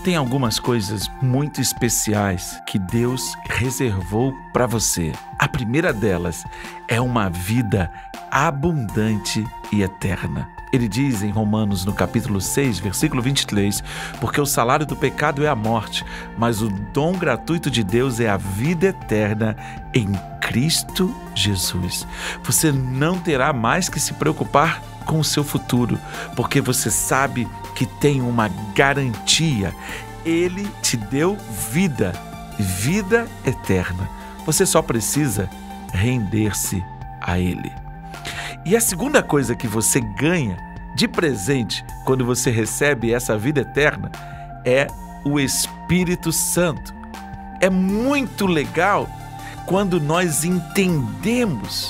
Tem algumas coisas muito especiais que Deus reservou para você. A primeira delas é uma vida abundante e eterna. Ele diz em Romanos, no capítulo 6, versículo 23, porque o salário do pecado é a morte, mas o dom gratuito de Deus é a vida eterna em Cristo Jesus. Você não terá mais que se preocupar com o seu futuro, porque você sabe que tem uma garantia. Ele te deu vida, vida eterna. Você só precisa render-se a Ele. E a segunda coisa que você ganha de presente quando você recebe essa vida eterna é o Espírito Santo. É muito legal quando nós entendemos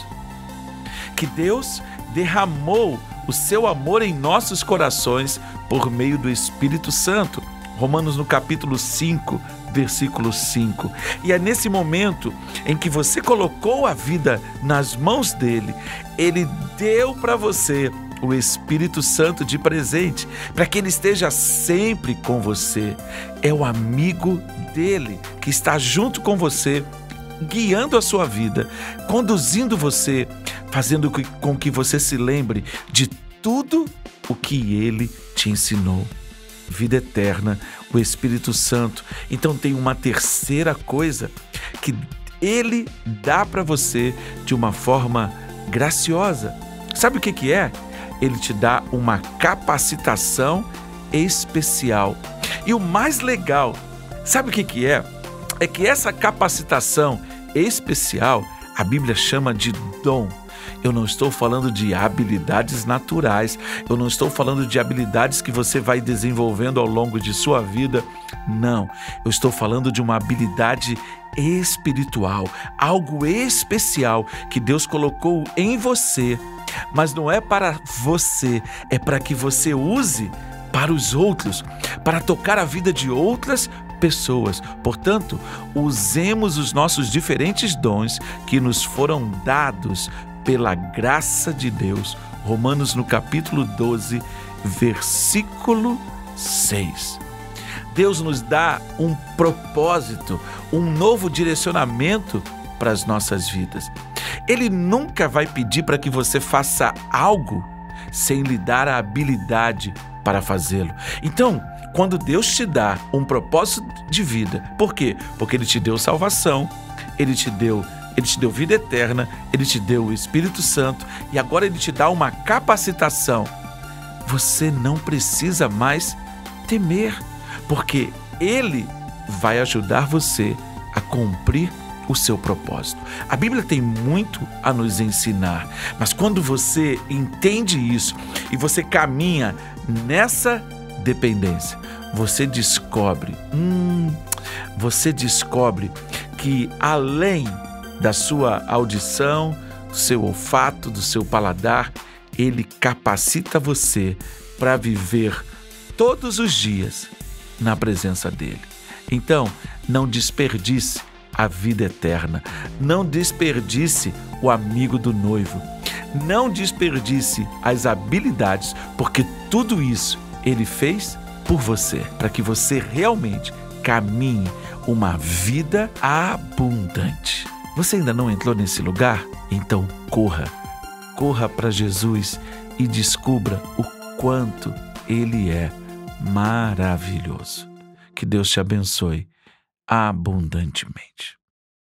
que Deus derramou o seu amor em nossos corações por meio do Espírito Santo. Romanos no capítulo 5, versículo 5. E é nesse momento em que você colocou a vida nas mãos dele, ele deu para você o Espírito Santo de presente, para que ele esteja sempre com você. É o amigo dele que está junto com você, guiando a sua vida, conduzindo você, fazendo com que você se lembre de tudo o que ele te ensinou. Vida eterna, o Espírito Santo. Então tem uma terceira coisa que ele dá para você de uma forma graciosa. Sabe o que é? Ele te dá uma capacitação especial. E o mais legal, sabe o que é? É que essa capacitação especial, a Bíblia chama de dom. Eu não estou falando de habilidades naturais, eu não estou falando de habilidades que você vai desenvolvendo ao longo de sua vida. Não, eu estou falando de uma habilidade espiritual, algo especial que Deus colocou em você, mas não é para você, é para que você use para os outros, para tocar a vida de outras pessoas. Portanto, usemos os nossos diferentes dons que nos foram dados pela graça de Deus. Romanos no capítulo 12, versículo 6. Deus nos dá um propósito, um novo direcionamento para as nossas vidas. Ele nunca vai pedir para que você faça algo sem lhe dar a habilidade para fazê-lo. Então, quando Deus te dá um propósito de vida, por quê? Porque Ele te deu salvação, Ele te deu vida eterna, Ele te deu o Espírito Santo e agora Ele te dá uma capacitação. Você não precisa mais temer, porque Ele vai ajudar você a cumprir o seu propósito. A Bíblia tem muito a nos ensinar, mas quando você entende isso e você caminha nessa dependência, você descobre que além da sua audição, do seu olfato, do seu paladar, Ele capacita você para viver todos os dias na presença dEle. Então, não desperdice a vida eterna, não desperdice o amigo do noivo, não desperdice as habilidades, porque tudo isso Ele fez por você, para que você realmente caminhe uma vida abundante. Você ainda não entrou nesse lugar? Então corra para Jesus e descubra o quanto Ele é maravilhoso. Que Deus te abençoe abundantemente.